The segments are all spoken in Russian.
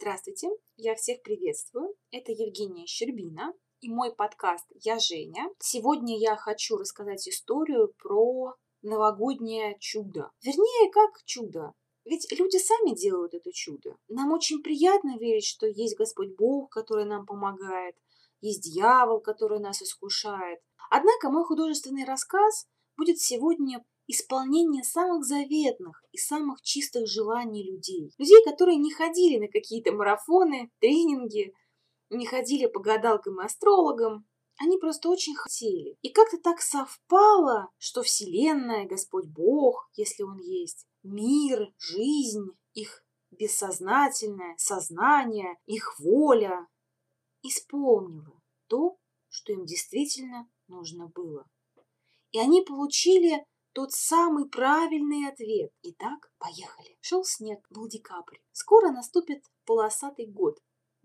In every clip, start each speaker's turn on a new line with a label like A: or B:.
A: Здравствуйте, я всех приветствую. Это Евгения Щербина и мой подкаст «Я Женя». Сегодня я хочу рассказать историю про новогоднее чудо. Вернее, как чудо. Ведь люди сами делают это чудо. Нам очень приятно верить, что есть Господь Бог, который нам помогает, есть дьявол, который нас искушает. Однако мой художественный рассказ будет сегодня исполнение самых заветных и самых чистых желаний людей. Людей, которые не ходили на какие-то марафоны, тренинги, не ходили по гадалкам и астрологам. Они просто очень хотели. И как-то так совпало, что Вселенная, Господь Бог, если Он есть, мир, жизнь, их бессознательное, сознание, их воля исполнила то, что им действительно нужно было. И они получили тот самый правильный ответ. Итак, поехали. Шел снег, был декабрь. Скоро наступит полосатый год,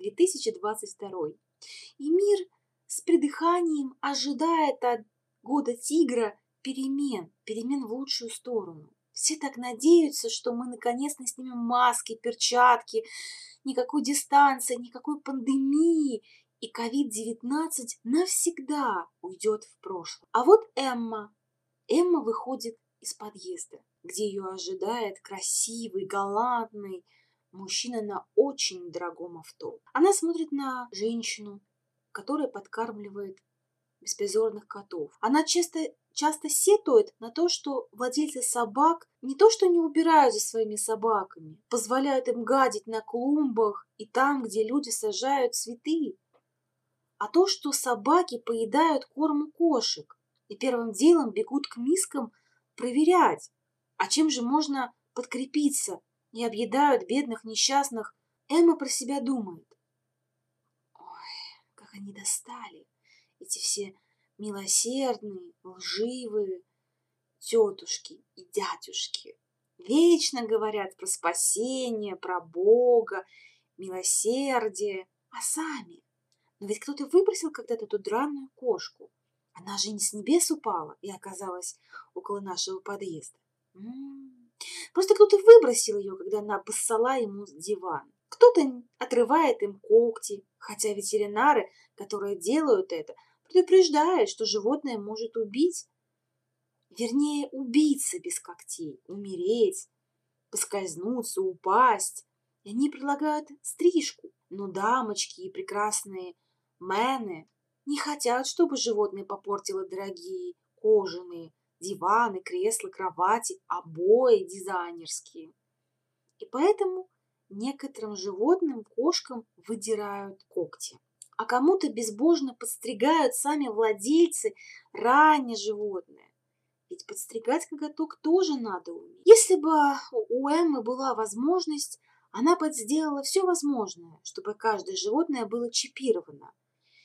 A: 2022. И мир с придыханием ожидает от года тигра перемен в лучшую сторону. Все так надеются, что мы наконец-то снимем маски, перчатки, никакой дистанции, никакой пандемии, и COVID-19 навсегда уйдет в прошлое. А вот Эмма выходит из подъезда, где ее ожидает красивый, галантный мужчина на очень дорогом авто. Она смотрит на женщину, которая подкармливает беспризорных котов. Она часто сетует на то, что владельцы собак не то что не убирают за своими собаками, позволяют им гадить на клумбах и там, где люди сажают цветы, а то, что собаки поедают корм у кошек и первым делом бегут к мискам проверять, а чем же можно подкрепиться, и объедают бедных несчастных. Эмма про себя думает: ой, как они достали, эти все милосердные, лживые тетушки и дядюшки. Вечно говорят про спасение, про Бога, милосердие, а сами. Но ведь кто-то выбросил когда-то эту драную кошку. Она же не с небес упала и оказалась около нашего подъезда. Просто кто-то выбросил ее, когда она обоссала ему диван. Кто-то отрывает им когти, хотя ветеринары, которые делают это, предупреждают, что животное может убить. Вернее, убиться без когтей, умереть, поскользнуться, упасть. И они предлагают стрижку. Но дамочки и прекрасные мены не хотят, чтобы животное попортило дорогие кожаные диваны, кресла, кровати, обои дизайнерские. И поэтому некоторым животным, кошкам, выдирают когти. А кому-то безбожно подстригают сами владельцы ранее животное. Ведь подстригать коготок тоже надо уметь. Если бы у Эммы была возможность, она бы сделала все возможное, чтобы каждое животное было чипировано.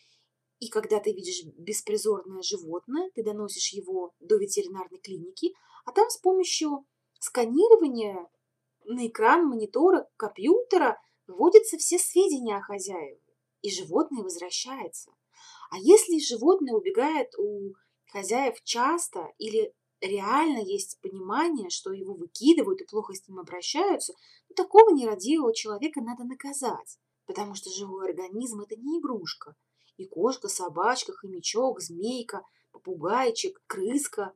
A: И когда ты видишь беспризорное животное, ты доносишь его до ветеринарной клиники, а там с помощью сканирования на экран монитора компьютера вводятся все сведения о хозяеве, и животное возвращается. А если животное убегает у хозяев часто или реально есть понимание, что его выкидывают и плохо с ним обращаются, то такого нерадивого человека надо наказать, потому что живой организм – это не игрушка. И кошка, собачка, хомячок, змейка, попугайчик, крыска,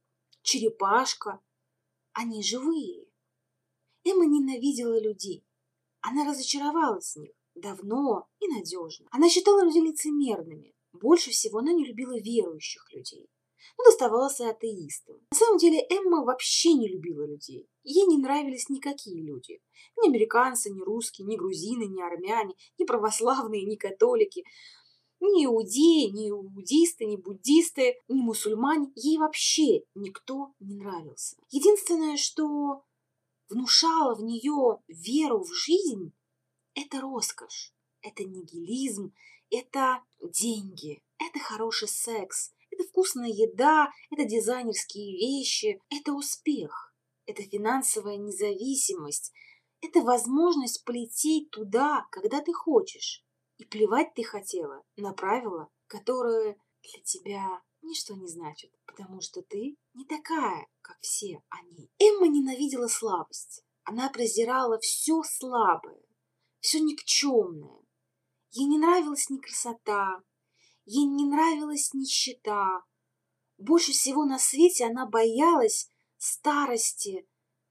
A: черепашка – они живые. Эмма ненавидела людей. Она разочаровалась в них давно и надежно. Она считала людей лицемерными. Больше всего она не любила верующих людей. Но доставалось и атеистам. На самом деле Эмма вообще не любила людей. Ей не нравились никакие люди. Ни американцы, ни русские, ни грузины, ни армяне, ни православные, ни католики, ни иудеи, ни иудисты, ни буддисты, ни мусульмане. Ей вообще никто не нравился. Единственное, что внушало в нее веру в жизнь, это роскошь, это нигилизм, это деньги, это хороший секс, это вкусная еда, это дизайнерские вещи, это успех, это финансовая независимость, это возможность полететь туда, когда ты хочешь. И плевать ты хотела на правила, которые для тебя ничто не значат, потому что ты не такая, как все они. Эмма ненавидела слабость. Она презирала все слабое. все никчемное. Ей не нравилась ни красота, ей не нравилась нищета. Больше всего на свете она боялась старости,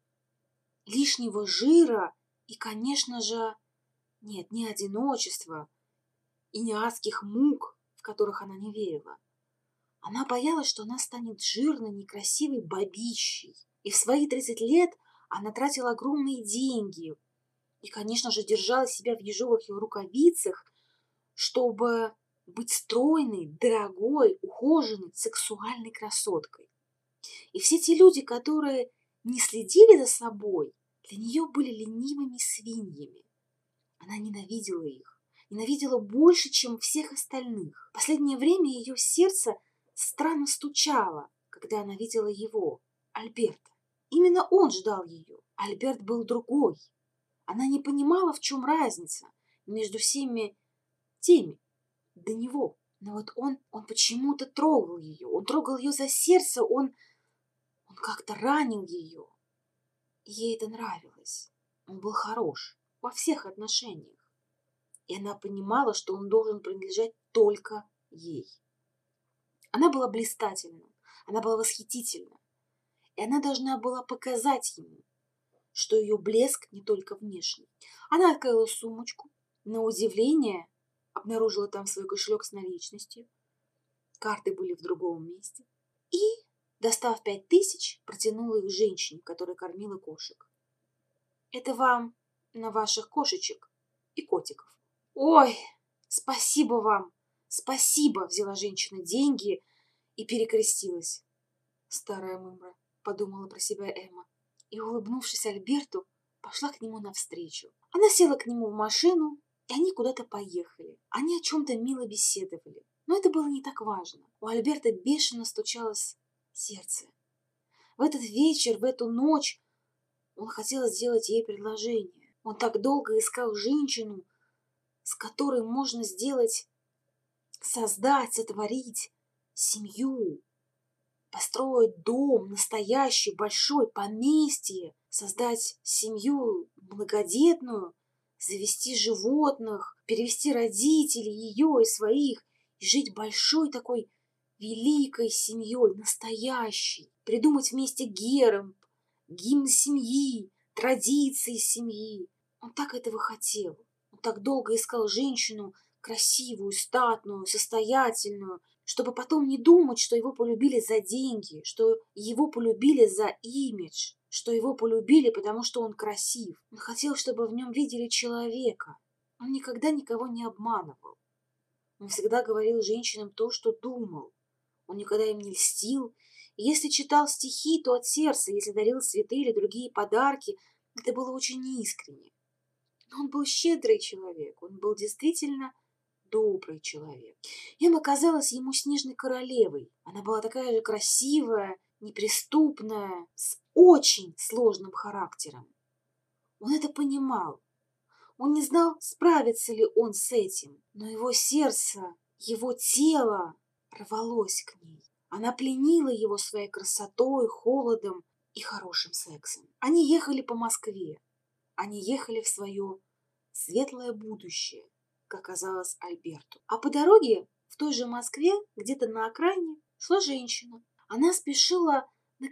A: лишнего жира и, конечно же, нет, не одиночества и не адских мук, в которых она не верила. Она боялась, что она станет жирной, некрасивой бабищей. И в свои 30 лет она тратила огромные деньги. И, конечно же, держала себя в ежовых рукавицах, чтобы быть стройной, дорогой, ухоженной, сексуальной красоткой. И все те люди, которые не следили за собой, для нее были ленивыми свиньями. Она ненавидела их, ненавидела больше, чем всех остальных. В последнее время ее сердце странно стучало, когда она видела его, Альберта. Именно он ждал ее. Альберт был другой. Она не понимала, в чем разница между всеми теми до него. Но вот он почему-то трогал ее. Он трогал ее за сердце, он как-то ранил ее. И ей это нравилось. Он был хорош во всех отношениях. И она понимала, что он должен принадлежать только ей. Она была блистательна, она была восхитительна. И она должна была показать ему, что ее блеск не только внешний. Она открыла сумочку, на удивление обнаружила там свой кошелек с наличностью. Карты были в другом месте. И, достав 5000, протянула их женщине, которая кормила кошек. Это вам на ваших кошечек и котиков. Ой, спасибо вам, спасибо, взяла женщина деньги и перекрестилась. Старая мымра, подумала про себя Эмма, и, улыбнувшись Альберту, пошла к нему навстречу. Она села к нему в машину, и они куда-то поехали. Они о чем-то мило беседовали, но это было не так важно. У Альберта бешено стучалось сердце. В этот вечер, в эту ночь он хотел сделать ей предложение. Он так долго искал женщину, с которой можно создать, сотворить семью, построить дом, настоящий, большой, поместье, создать семью многодетную, завести животных, перевести родителей ее и своих, и жить большой такой великой семьей, настоящей, придумать вместе герб, гимн семьи, традиции семьи. Он так этого хотел. Он так долго искал женщину красивую, статную, состоятельную, чтобы потом не думать, что его полюбили за деньги, что его полюбили за имидж, что его полюбили, потому что он красив. Он хотел, чтобы в нем видели человека. Он никогда никого не обманывал. Он всегда говорил женщинам то, что думал. Он никогда им не льстил. И если читал стихи, то от сердца, если дарил цветы или другие подарки, это было очень искренне. Но он был щедрый человек, он был действительно добрый человек. Эмма казалась ему снежной королевой. Она была такая же красивая, неприступная, с очень сложным характером. Он это понимал. Он не знал, справится ли он с этим, но его сердце, его тело рвалось к ней. Она пленила его своей красотой, холодом и хорошим сексом. Они ехали по Москве. Они ехали в свое светлое будущее, как казалось Альберту. А по дороге в той же Москве, где-то на окраине, шла женщина. Она спешила на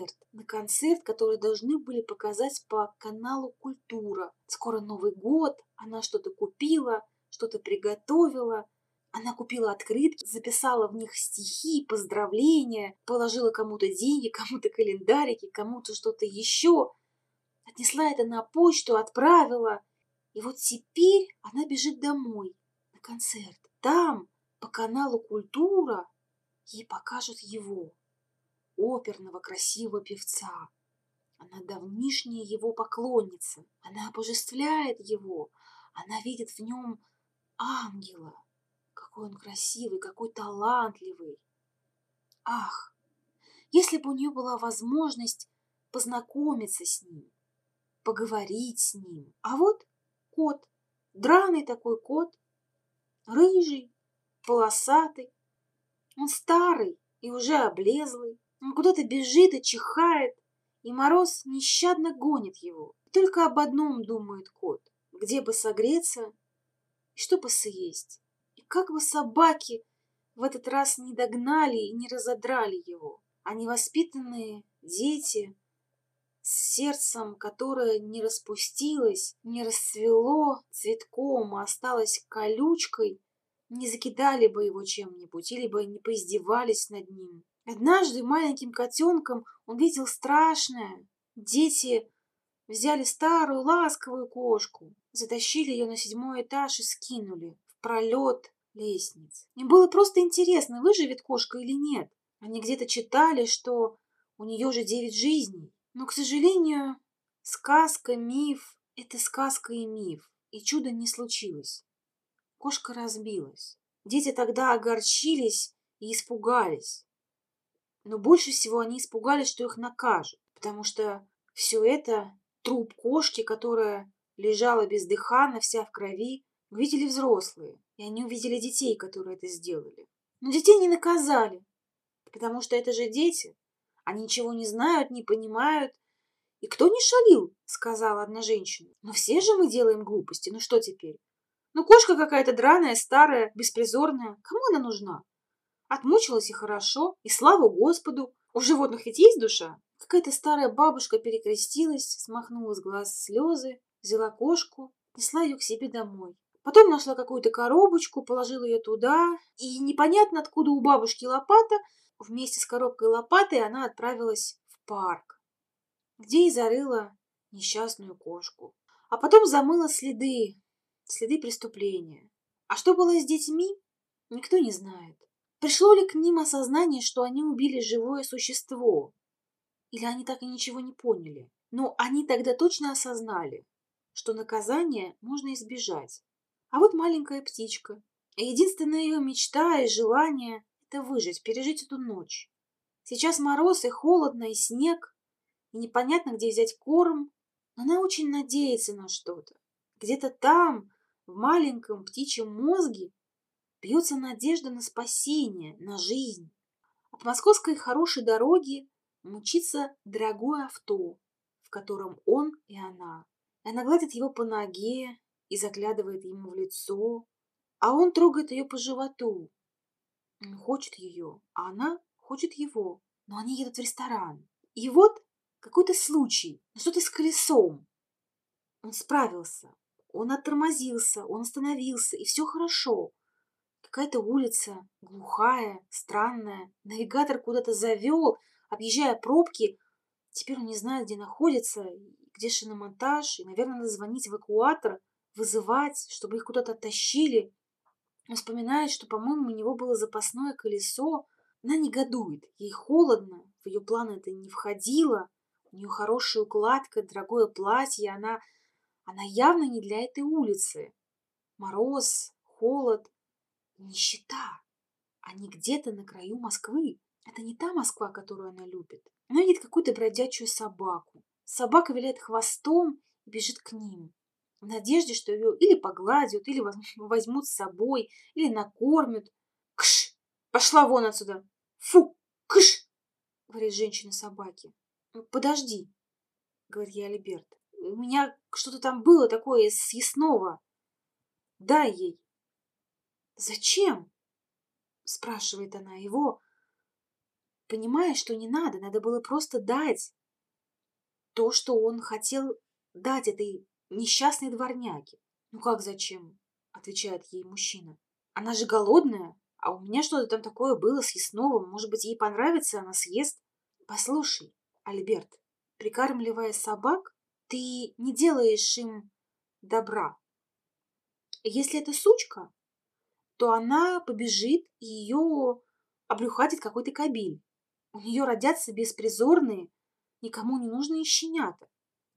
A: концерт, который должны были показать по каналу «Культура». Скоро Новый год, она что-то купила, что-то приготовила. Она купила открытки, записала в них стихи, поздравления, положила кому-то деньги, кому-то календарики, кому-то что-то еще. Отнесла это на почту, отправила. И вот теперь она бежит домой, на концерт. Там, по каналу «Культура», ей покажут его, оперного красивого певца. Она давнишняя его поклонница. Она обожествляет его. Она видит в нем ангела. Какой он красивый, какой талантливый. Ах, если бы у нее была возможность познакомиться с ним, поговорить с ним. А вот кот, драный такой кот, рыжий, полосатый. Он старый и уже облезлый. Он куда-то бежит и чихает, и мороз нещадно гонит его. Только об одном думает кот. где бы согреться и что бы съесть. И как бы собаки в этот раз не догнали и не разодрали его. А невоспитанные дети с сердцем, которое не распустилось, не расцвело цветком, а осталось колючкой, не закидали бы его чем-нибудь или бы не поиздевались над ним. Однажды маленьким котенком он видел страшное. Дети взяли старую ласковую кошку, затащили ее на 7-й этаж и скинули в пролет лестниц. Им было просто интересно, выживет кошка или нет. Они где-то читали, что у нее же 9 жизней. Но, к сожалению, сказка, миф – это сказка и миф. И чуда не случилось. Кошка разбилась. Дети тогда огорчились и испугались. Но больше всего они испугались, что их накажут. Потому что все это труп кошки, которая лежала бездыханно, вся в крови, увидели взрослые. И они увидели детей, которые это сделали. Но детей не наказали. Потому что это же дети. Они ничего не знают, не понимают. И кто не шалил, сказала одна женщина. Но все же мы делаем глупости. Ну что теперь? Ну кошка какая-то драная, старая, беспризорная. Кому она нужна? Отмучилась и хорошо. И слава Господу. У животных ведь есть душа. Какая-то старая бабушка перекрестилась, смахнула с глаз слезы, взяла кошку, несла ее к себе домой. Потом нашла какую-то коробочку, положила ее туда. И непонятно, откуда у бабушки лопата. Вместе с коробкой лопаты она отправилась в парк, где и зарыла несчастную кошку. А потом замыла следы преступления. А что было с детьми, никто не знает. Пришло ли к ним осознание, что они убили живое существо? Или они так и ничего не поняли? Но они тогда точно осознали, что наказание можно избежать. А вот маленькая птичка. Единственная ее мечта и желание – это выжить, пережить эту ночь. Сейчас мороз и холодно, и снег, и непонятно, где взять корм. Но она очень надеется на что-то. Где-то там, в маленьком птичьем мозге, бьется надежда на спасение, на жизнь. От московской хорошей дороги мчится дорогое авто, в котором он и она. И она гладит его по ноге и заглядывает ему в лицо, а он трогает ее по животу. Он хочет ее, а она хочет его. Но они едут в ресторан. И вот какой-то случай, что-то с колесом. Он справился, он оттормозился, он остановился, и все хорошо. Какая-то улица, глухая, странная. Навигатор куда-то завел, объезжая пробки. Теперь он не знает, где находится, где шиномонтаж. И, наверное, надо звонить в эвакуатор, вызывать, чтобы их куда-то оттащили. Он вспоминает, что, по-моему, у него было запасное колесо. Она негодует. Ей холодно, в ее планы это не входило. У нее хорошая укладка, дорогое платье. Она явно не для этой улицы. Мороз, холод, нищета. Они где-то на краю Москвы. Это не та Москва, которую она любит. Она видит какую-то бродячую собаку. Собака виляет хвостом и бежит к ним. В надежде, что ее или погладят, или возьмут с собой, или накормят. «Кш! Пошла вон отсюда! Фу! Кш!» — говорит женщина собаке. «Подожди», — говорит ей Альберт. «У меня что-то там было такое съестного. Дай ей». «Зачем?» — спрашивает она его, понимая, что не надо, надо было просто дать то, что он хотел дать этой несчастной дворняге. «Ну как зачем?» — отвечает ей мужчина. «Она же голодная, а у меня что-то там такое было съестного. Может быть, ей понравится, она съест». «Послушай, Альберт, прикармливая собак, ты не делаешь им добра. Если это сучка, то она побежит и ее обрюхатит какой-то кобель. У нее родятся беспризорные, никому не нужные щенята.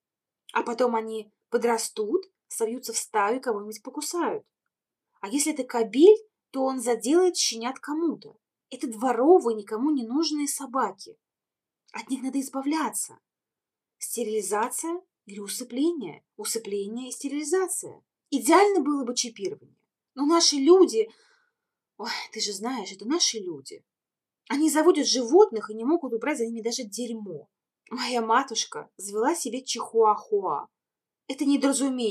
A: А потом они подрастут, совьются в стаю и кого-нибудь покусают. А если это кобель, то он заделает щенят кому-то. Это дворовые, никому не нужные собаки. От них надо избавляться. Стерилизация или усыпление? Усыпление и стерилизация. Идеально было бы чипирование. Но наши люди... Ой, ты же знаешь, это наши люди. Они заводят животных и не могут убрать за ними даже дерьмо. Моя матушка завела себе чихуахуа. Это недоразумение.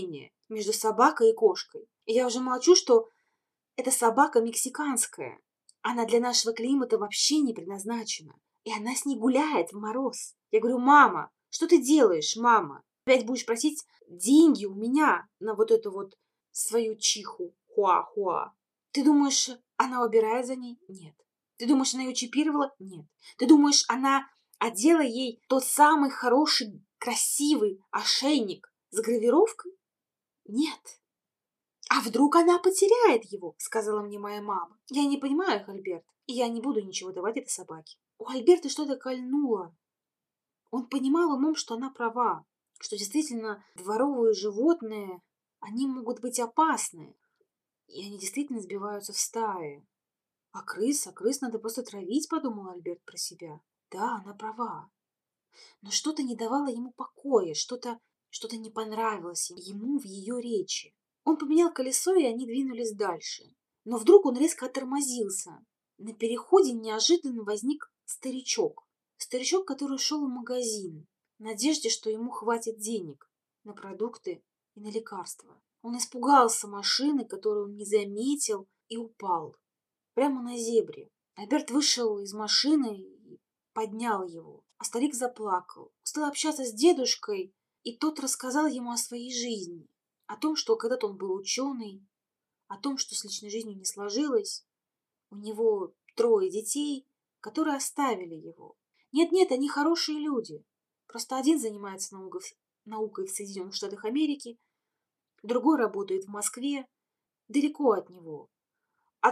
A: между собакой и кошкой. И я уже молчу, что эта собака мексиканская. Она для нашего климата вообще не предназначена. И она с ней гуляет в мороз. Я говорю: мама, что ты делаешь, мама? Опять будешь просить деньги у меня на вот эту вот свою чиху, хуа-хуа. Ты думаешь, она убирает за ней? Нет. Ты думаешь, она ее чипировала? Нет. Ты думаешь, она одела ей тот самый хороший, красивый ошейник с гравировкой? Нет. А вдруг она потеряет его, сказала мне моя мама. Я не понимаю их, Альберт, и я не буду ничего давать этой собаке. У Альберта что-то кольнуло. Он понимал умом, что она права, что действительно дворовые животные, они могут быть опасны, и они действительно сбиваются в стаи. А крыс надо просто травить, подумал Альберт про себя. Да, она права. Но что-то не давало ему покоя, что-то не понравилось ему в ее речи. Он поменял колесо, и они двинулись дальше. Но вдруг он резко оттормозился. На переходе неожиданно возник старичок. Старичок, который шел в магазин, в надежде, что ему хватит денег на продукты и на лекарства. Он испугался машины, которую он не заметил, и упал. Прямо на зебре. Альберт вышел из машины и поднял его. А старик заплакал. Стал общаться с дедушкой, и тот рассказал ему о своей жизни. О том, что когда-то он был ученый, о том, что с личной жизнью не сложилось. У него 3 детей, которые оставили его. Нет-нет, они хорошие люди. Просто один занимается наукой в Соединенных Штатах Америки, другой работает в Москве, далеко от него. А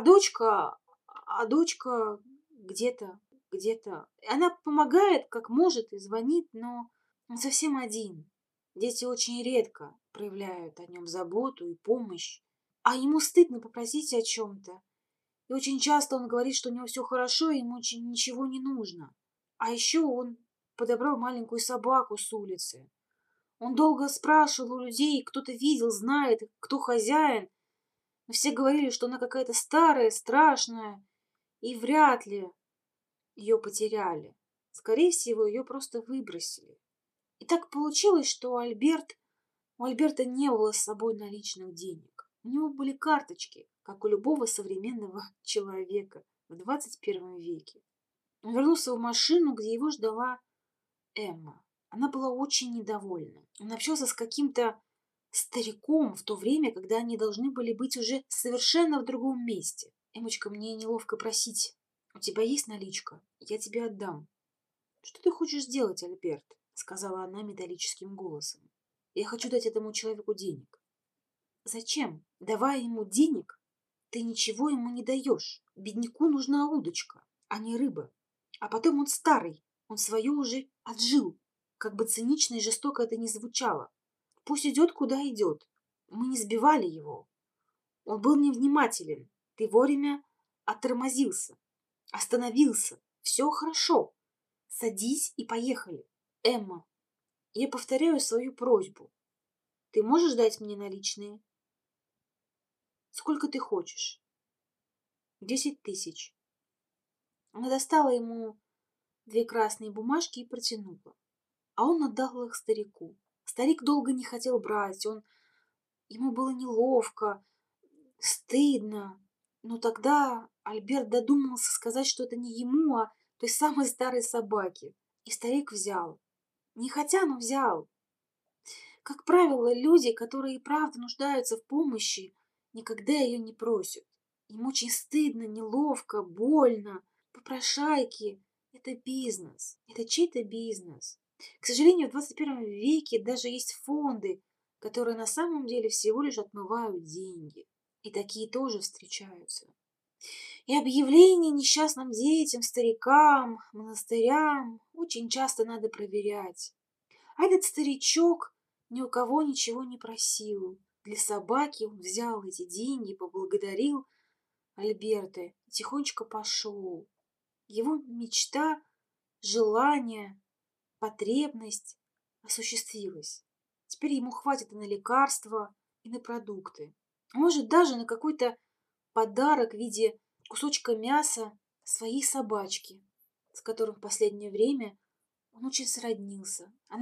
A: дочка где-то. Она помогает, как может, и звонит, но он совсем один. Дети очень редко проявляют о нем заботу и помощь. А ему стыдно попросить о чем-то. И очень часто он говорит, что у него все хорошо, и ему очень ничего не нужно. А еще он подобрал маленькую собаку с улицы. Он долго спрашивал у людей, кто-то видел, знает, кто хозяин. Но все говорили, что она какая-то старая, страшная, и вряд ли ее потеряли. Скорее всего, ее просто выбросили. И так получилось, что у Альберта не было с собой наличных денег. У него были карточки, как у любого современного человека в 21 веке. Он вернулся в машину, где его ждала Эмма. Она была очень недовольна. Он общался с каким-то стариком в то время, когда они должны были быть уже совершенно в другом месте. Эмочка, мне неловко просить. У тебя есть наличка? Я тебе отдам. Что ты хочешь сделать, Альберт? Сказала она металлическим голосом. Я хочу дать этому человеку денег. Зачем? Давая ему денег, ты ничего ему не даешь. Бедняку нужна удочка, а не рыба. А потом он старый, он свое уже отжил. Как бы цинично и жестоко это ни звучало. Пусть идет, куда идет. Мы не сбивали его. Он был невнимателен. Ты вовремя оттормозился. Остановился. Все хорошо. Садись и поехали. Эмма, я повторяю свою просьбу. Ты можешь дать мне наличные? Сколько ты хочешь? 10 000. Она достала ему 2 красные бумажки и протянула. А он отдал их старику. Старик долго не хотел брать. Ему было неловко, стыдно. Но тогда Альберт додумался сказать, что это не ему, а той самой старой собаке. И старик взял. Не хотя, но взял. Как правило, люди, которые и правда нуждаются в помощи, никогда ее не просят. Им очень стыдно, неловко, больно. Попрошайки — это бизнес, это чей-то бизнес. К сожалению, в 21 веке даже есть фонды, которые на самом деле всего лишь отмывают деньги. И такие тоже встречаются. И объявления несчастным детям, старикам, монастырям очень часто надо проверять. А этот старичок ни у кого ничего не просил. Для собаки он взял эти деньги, поблагодарил Альберта и тихонечко пошел. Его мечта, желание, потребность осуществилась. Теперь ему хватит и на лекарства, и на продукты. А может, даже на какой-то подарок в виде кусочка мяса своей собачки, с которым в последнее время он очень сроднился. Она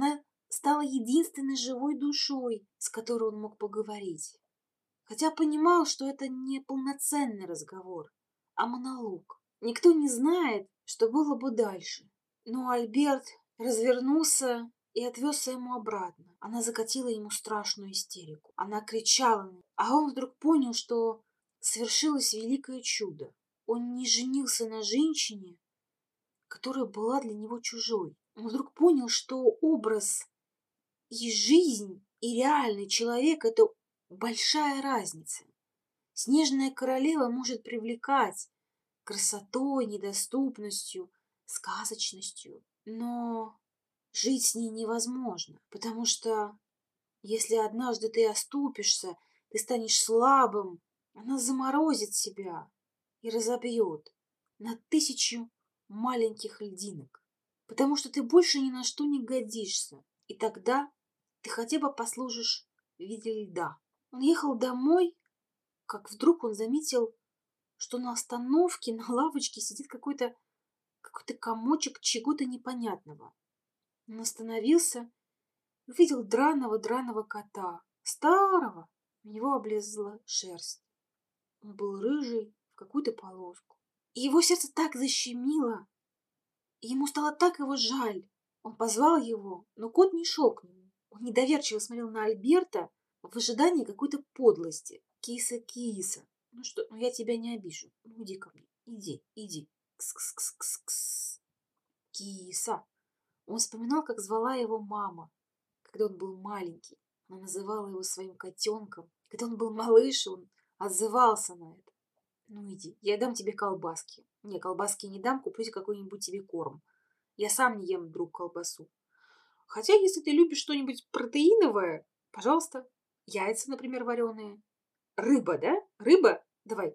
A: стала единственной живой душой, с которой он мог поговорить. Хотя понимал, что это не полноценный разговор, а монолог. Никто не знает, что было бы дальше. Но Альберт развернулся и отвез ему обратно. Она закатила ему страшную истерику. Она кричала на него, а он вдруг понял, что свершилось великое чудо. Он не женился на женщине, которая была для него чужой. Он вдруг понял, что образ и жизнь, и реальный человек — это большая разница. Снежная королева может привлекать красотой, недоступностью, сказочностью, но жить с ней невозможно, потому что если однажды ты оступишься, ты станешь слабым, она заморозит себя и разобьет на 1000 маленьких льдинок, потому что ты больше ни на что не годишься, и тогда ты хотя бы послужишь в виде льда. Он ехал домой, как вдруг он заметил, что на остановке на лавочке сидит какой-то комочек чего-то непонятного. Он остановился и увидел драного кота, старого. У него облезла шерсть. Он был рыжий, в какую-то полоску. И его сердце так защемило, и ему стало так его жаль. Он позвал его, но кот не шел к нему. Он недоверчиво смотрел на Альберта в ожидании какой-то подлости. Киса, киса, ну что, ну я тебя не обижу. Ну иди ко мне, иди. Кс-кс-кс-кс. Киса. Он вспоминал, как звала его мама, когда он был маленький. Она называла его своим котенком. Когда он был малыш, он отзывался на это. Ну иди, я дам тебе колбаски. Не, колбаски не дам, куплю какой-нибудь тебе корм. Я сам не ем, друг, колбасу. Хотя, если ты любишь что-нибудь протеиновое, пожалуйста. Яйца, например, вареные. Рыба, да? Рыба? Давай.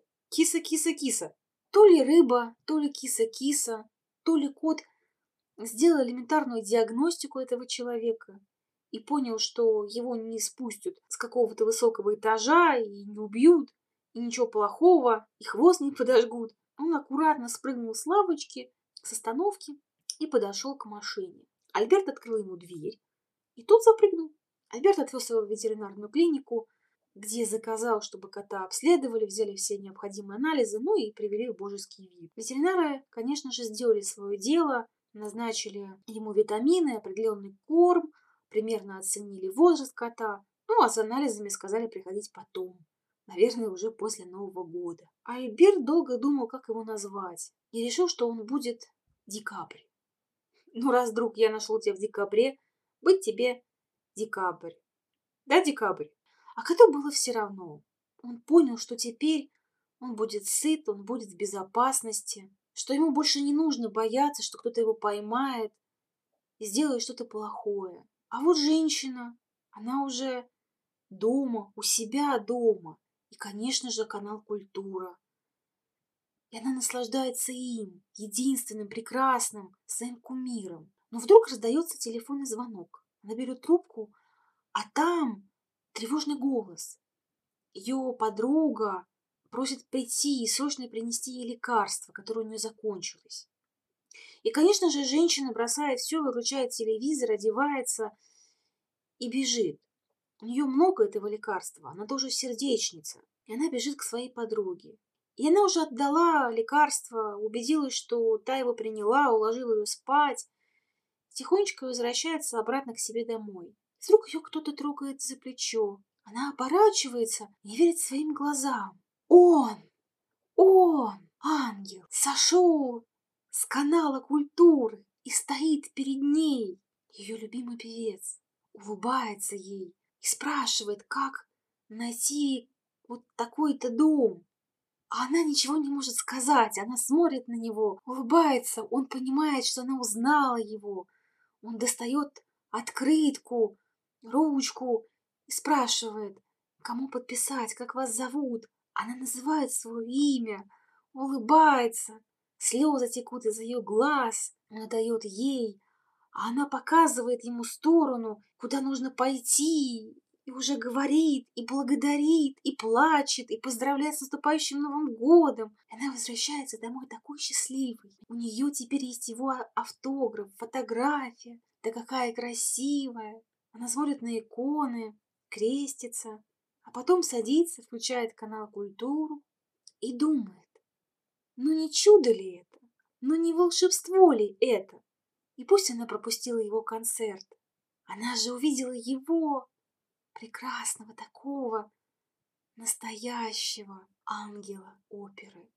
A: Киса. То ли рыба, то ли киса, то ли кот сделал элементарную диагностику этого человека и понял, что его не спустят с какого-то высокого этажа и не убьют, и ничего плохого, и хвост не подожгут. Он аккуратно спрыгнул с лавочки, с остановки и подошел к машине. Альберт открыл ему дверь, и тот запрыгнул. Альберт отвез его в ветеринарную клинику, где заказал, чтобы кота обследовали, взяли все необходимые анализы, ну и привели в божеский вид. Ветеринары, конечно же, сделали свое дело, назначили ему витамины, определенный корм, примерно оценили возраст кота, ну а с анализами сказали приходить потом, наверное, уже после Нового года. А Альберт долго думал, как его назвать, и решил, что он будет Декабрь. Ну, раз, друг, я нашел тебя в декабре, быть тебе Декабрь. Да, Декабрь? А коту было все равно. Он понял, что теперь он будет сыт, он будет в безопасности, что ему больше не нужно бояться, что кто-то его поймает и сделает что-то плохое. А вот женщина, она уже дома, у себя дома. И, конечно же, канал «Культура». И она наслаждается им, единственным, прекрасным, своим кумиром. Но вдруг раздается телефонный звонок. Она берет трубку, а там тревожный голос. Ее подруга просит прийти и срочно принести ей лекарство, которое у нее закончилось. И, конечно же, женщина бросает все, выключает телевизор, одевается и бежит. У нее много этого лекарства, она тоже сердечница. И она бежит к своей подруге. И она уже отдала лекарство, убедилась, что та его приняла, уложила ее спать. Тихонечко возвращается обратно к себе домой. Вдруг ее кто-то трогает за плечо. Она оборачивается, не верит своим глазам. Он, ангел, сошел с канала «Культуры» и стоит перед ней. Ее любимый певец улыбается ей и спрашивает, как найти вот такой-то дом. А она ничего не может сказать. Она смотрит на него, улыбается. Он понимает, что она узнала его. Он достает открытку, ручку и спрашивает, кому подписать, как вас зовут. Она называет свое имя, улыбается. Слезы текут из ее глаз. Он отдает ей, а она показывает ему сторону, куда нужно пойти, и уже говорит, и благодарит, и плачет, и поздравляет с наступающим Новым годом. И она возвращается домой такой счастливой. У нее теперь есть его автограф, фотография. Да какая красивая! Она смотрит на иконы, крестится, а потом садится, включает канал «Культуру» и думает, ну не чудо ли это? Ну не волшебство ли это? И пусть она пропустила его концерт, она же увидела его, прекрасного такого, настоящего ангела оперы.